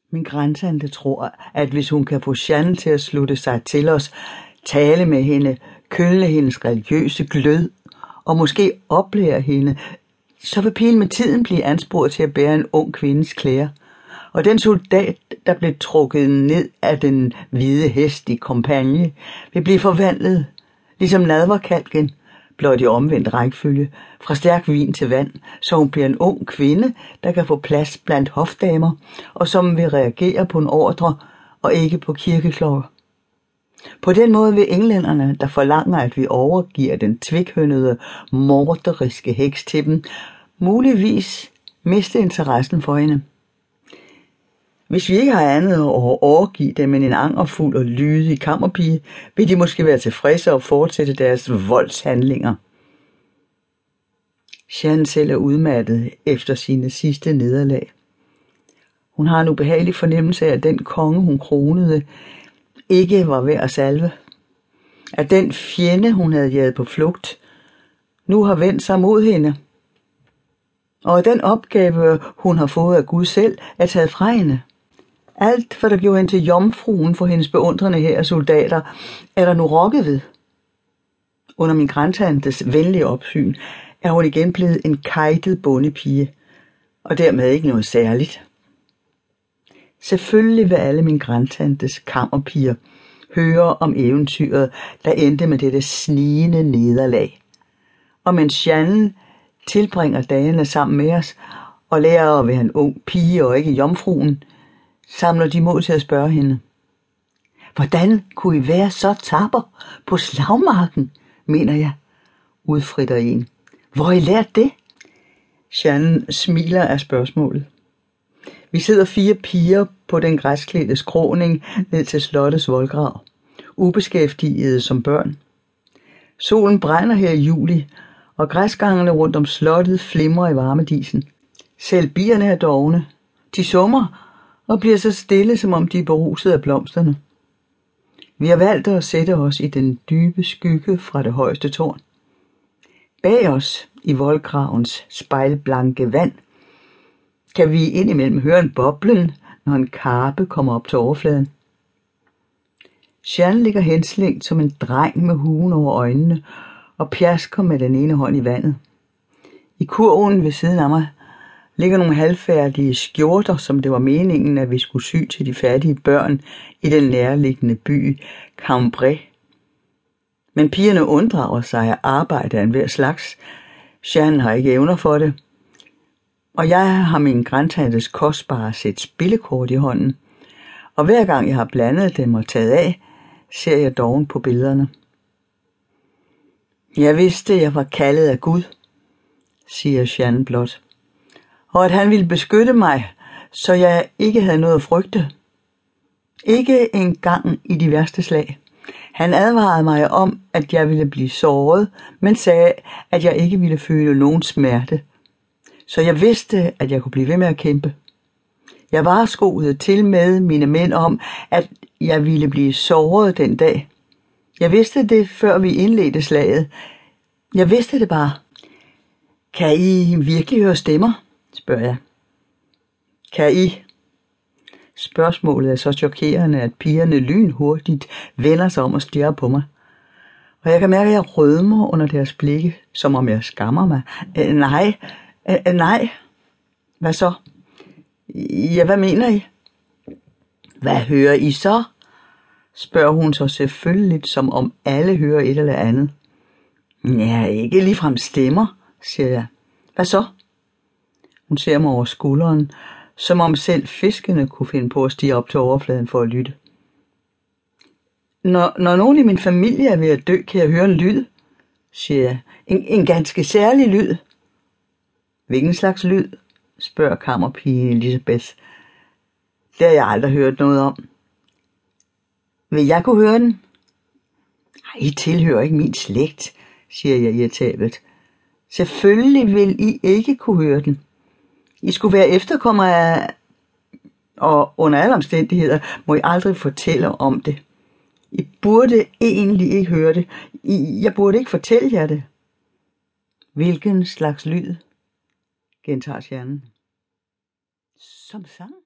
Min græntante tror, at hvis hun kan få Jeanne til at slutte sig til os, tale med hende, kølne hendes religiøse glød og måske oplære hende, så vil pigen med tiden blive ansporet til at bære en ung kvindes klæder. Og den soldat, der blev trukket ned af den hvide hest i Kampagne, vil blive forvandlet, ligesom nadverkalken, blot i omvendt rækkefølge, fra stærk vin til vand, så hun bliver en ung kvinde, der kan få plads blandt hofdamer, og som vil reagere på en ordre og ikke på kirkeklokker. På den måde vil englænderne, der forlanger, at vi overgiver den tvikhønnede, morderiske heks til dem, muligvis miste interessen for hende. Hvis vi ikke har andet at overgive dem end en angerfuld og lydig kammerpige, vil de måske være tilfredse og fortsætte deres voldshandlinger. Jeanne selv er udmattet efter sine sidste nederlag. Hun har en ubehagelig fornemmelse af, at den konge, hun kronede, ikke var værd at salve. At den fjende, hun havde jaget på flugt, nu har vendt sig mod hende. Og at den opgave, hun har fået af Gud selv, er taget fra hende. Alt, hvad der gjorde hende til jomfruen for hendes beundrende her soldater, er der nu rokket ved. Under min grandtantes venlige opsyn er hun igen blevet en kejtet bondepige, og dermed ikke noget særligt. Selvfølgelig vil alle min grandtantes kammerpiger høre om eventyret, der endte med dette snigende nederlag. Og mens Jeanne tilbringer dagene sammen med os og lærer at være en ung pige og ikke jomfruen, samler de mod til at spørge hende. Hvordan kunne I være så tapper på slagmarken, mener jeg, udfritter en. Hvor I lært det? Jeanne smiler af spørgsmålet. Vi sidder 4 piger på den græsklædte skråning ned til slottets voldgrav, ubeskæftigede som børn. Solen brænder her i juli, og græsgangene rundt om slottet flimrer i varmedisen. Selv bierne er dovne. De summer og bliver så stille, som om de er beruset af blomsterne. Vi har valgt at sætte os i den dybe skygge fra det højeste tårn. Bag os, i voldgravens spejlblanke vand, kan vi indimellem høre en boblen, når en karpe kommer op til overfladen. Jeanne ligger henslængt som en dreng med huen over øjnene og pjasker med den ene hånd i vandet. I kurven ved siden af mig ligger nogle halvfærdige skjorter, som det var meningen, at vi skulle sy til de fattige børn i den nærliggende by Cambrai. Men pigerne unddrager sig at arbejde af enhver slags. Jeanne har ikke evner for det. Og jeg har min grandtantes kostbare sæt spillekort i hånden. Og hver gang jeg har blandet dem og taget af, ser jeg doven på billederne. Jeg vidste, jeg var kaldet af Gud, siger Jeanne blot. Og at han ville beskytte mig, så jeg ikke havde noget at frygte. Ikke engang i de værste slag. Han advarede mig om, at jeg ville blive såret, men sagde, at jeg ikke ville føle nogen smerte. Så jeg vidste, at jeg kunne blive ved med at kæmpe. Jeg varskoede til med mine mænd om, at jeg ville blive såret den dag. Jeg vidste det, før vi indledte slaget. Jeg vidste det bare. Kan I virkelig høre stemmer? Spørger jeg. Kan I? Spørgsmålet er så chokerende, at pigerne lynhurtigt vender sig om og stirrer på mig. Og jeg kan mærke, at jeg rødmer under deres blikke, som om jeg skammer mig. Nej. Hvad så? Ja, hvad mener I? Hvad hører I så? Spørger hun så selvfølgelig, som om alle hører et eller andet. Ja, ikke ligefrem stemmer, siger jeg. Hvad så? Hun ser mig over skulderen, som om selv fiskene kunne finde på at stige op til overfladen for at lytte. Når nogen i min familie er ved at dø, kan jeg høre en lyd, siger jeg. En ganske særlig lyd. Hvilken slags lyd? Spørger kammerpigen Elisabeth. Det har jeg aldrig hørt noget om. Vil jeg kunne høre den? Nej, I tilhører ikke min slægt, siger jeg irritabelt. Selvfølgelig vil I ikke kunne høre den. I skulle være efterkommere af, og under alle omstændigheder må I aldrig fortælle om det. I burde egentlig ikke høre det. Jeg burde ikke fortælle jer det. Hvilken slags lyd? Gentager Jeanne. Som sang.